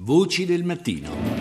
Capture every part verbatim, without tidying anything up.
Voci del mattino.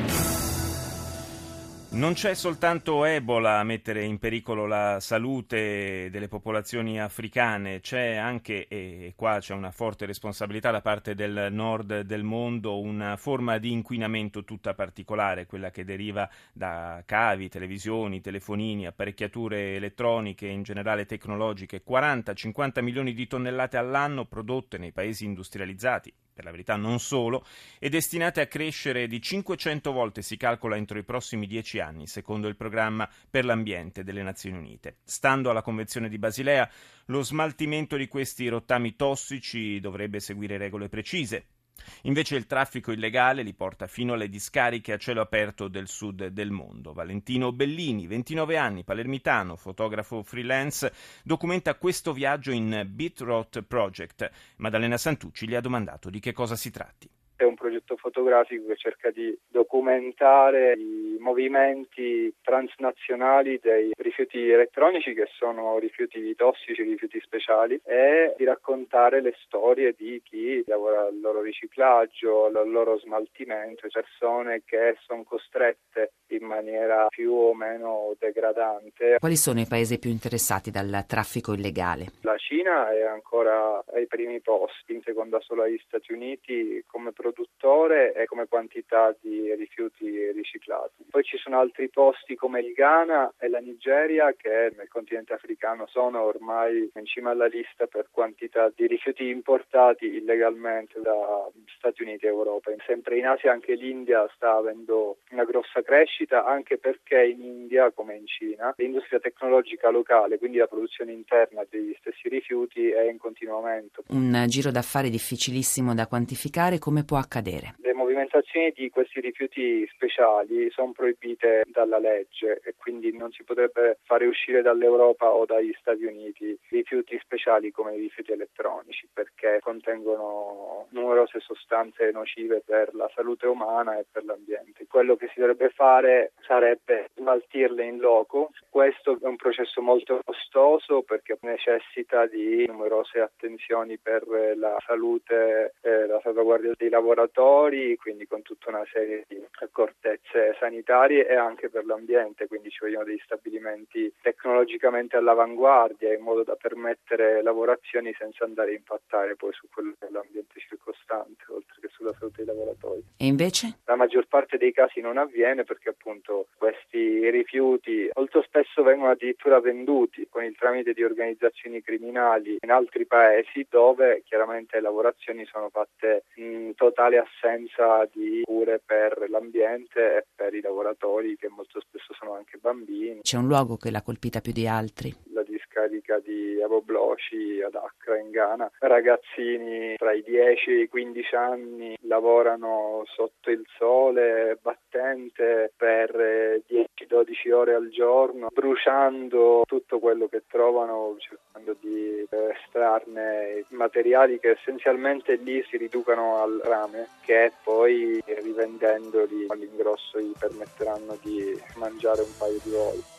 Non c'è soltanto Ebola a mettere in pericolo la salute delle popolazioni africane, c'è anche, e qua c'è una forte responsabilità da parte del nord del mondo, una forma di inquinamento tutta particolare, quella che deriva da cavi, televisioni, telefonini, apparecchiature elettroniche, in generale tecnologiche, quaranta cinquanta milioni di tonnellate all'anno prodotte nei paesi industrializzati, per la verità non solo, e destinate a crescere di cinquecento volte, si calcola, entro i prossimi dieci anni, secondo il programma per l'ambiente delle Nazioni Unite. Stando alla Convenzione di Basilea, lo smaltimento di questi rottami tossici dovrebbe seguire regole precise. Invece il traffico illegale li porta fino alle discariche a cielo aperto del sud del mondo. Valentino Bellini, ventinove anni, palermitano, fotografo freelance, documenta questo viaggio in Bitrot Project. Maddalena Santucci gli ha domandato di che cosa si tratti. È un progetto fotografico che cerca di documentare i movimenti transnazionali dei rifiuti elettronici, che sono rifiuti tossici, rifiuti speciali, e di raccontare le storie di chi lavora al loro riciclaggio, al loro smaltimento, persone che sono costrette in maniera più o meno degradante. Quali sono i paesi più interessati dal traffico illegale? La Cina è ancora ai primi posti, in seconda solo agli Stati Uniti come produttore e come quantità di rifiuti riciclati. Poi ci sono altri posti come il Ghana e la Nigeria, che nel continente africano sono ormai in cima alla lista per quantità di rifiuti importati illegalmente da Stati Uniti e Europa. Sempre in Asia anche l'India sta avendo una grossa crescita, anche perché in India, come in Cina, l'industria tecnologica locale, quindi la produzione interna degli stessi rifiuti, è in continuo aumento. Un giro d'affari difficilissimo da quantificare. Come può accadere? Le movimentazioni di questi rifiuti speciali sono proibite dalla legge e quindi non si potrebbe fare uscire dall'Europa o dagli Stati Uniti rifiuti speciali come i rifiuti elettronici, perché contengono numerose sostanze nocive per la salute umana e per l'ambiente. Quello che si dovrebbe fare sarebbe smaltirle in loco. Questo è un processo molto costoso perché necessita di numerose attenzioni per la salute, eh, la salvaguardia dei lavoratori, quindi con tutta una serie di accortezze sanitarie, e anche per l'ambiente, quindi ci vogliono degli stabilimenti tecnologicamente all'avanguardia in modo da permettere lavorazioni senza andare a impattare poi su quello che è l'ambiente circostante, oltre che sulla salute dei lavoratori. E invece? La maggior parte dei casi non avviene perché appunto questi rifiuti molto spesso vengono addirittura venduti con il tramite di organizzazioni criminali in altri paesi, dove chiaramente le lavorazioni sono fatte in totale assenza di cure per l'ambiente e per i lavoratori, che molto spesso sono anche bambini. C'è un luogo che l'ha colpita più di altri? La discarica di Abobloshi ad Accra in Ghana. Ragazzini tra i dieci e i quindici anni lavorano sotto il sole battente per dieci dodici ore al giorno, bruciando tutto quello che trovano, cercando di estrarne materiali che essenzialmente lì si riducono al rame, che poi rivendendoli all'ingrosso gli permetteranno di mangiare un paio di voli.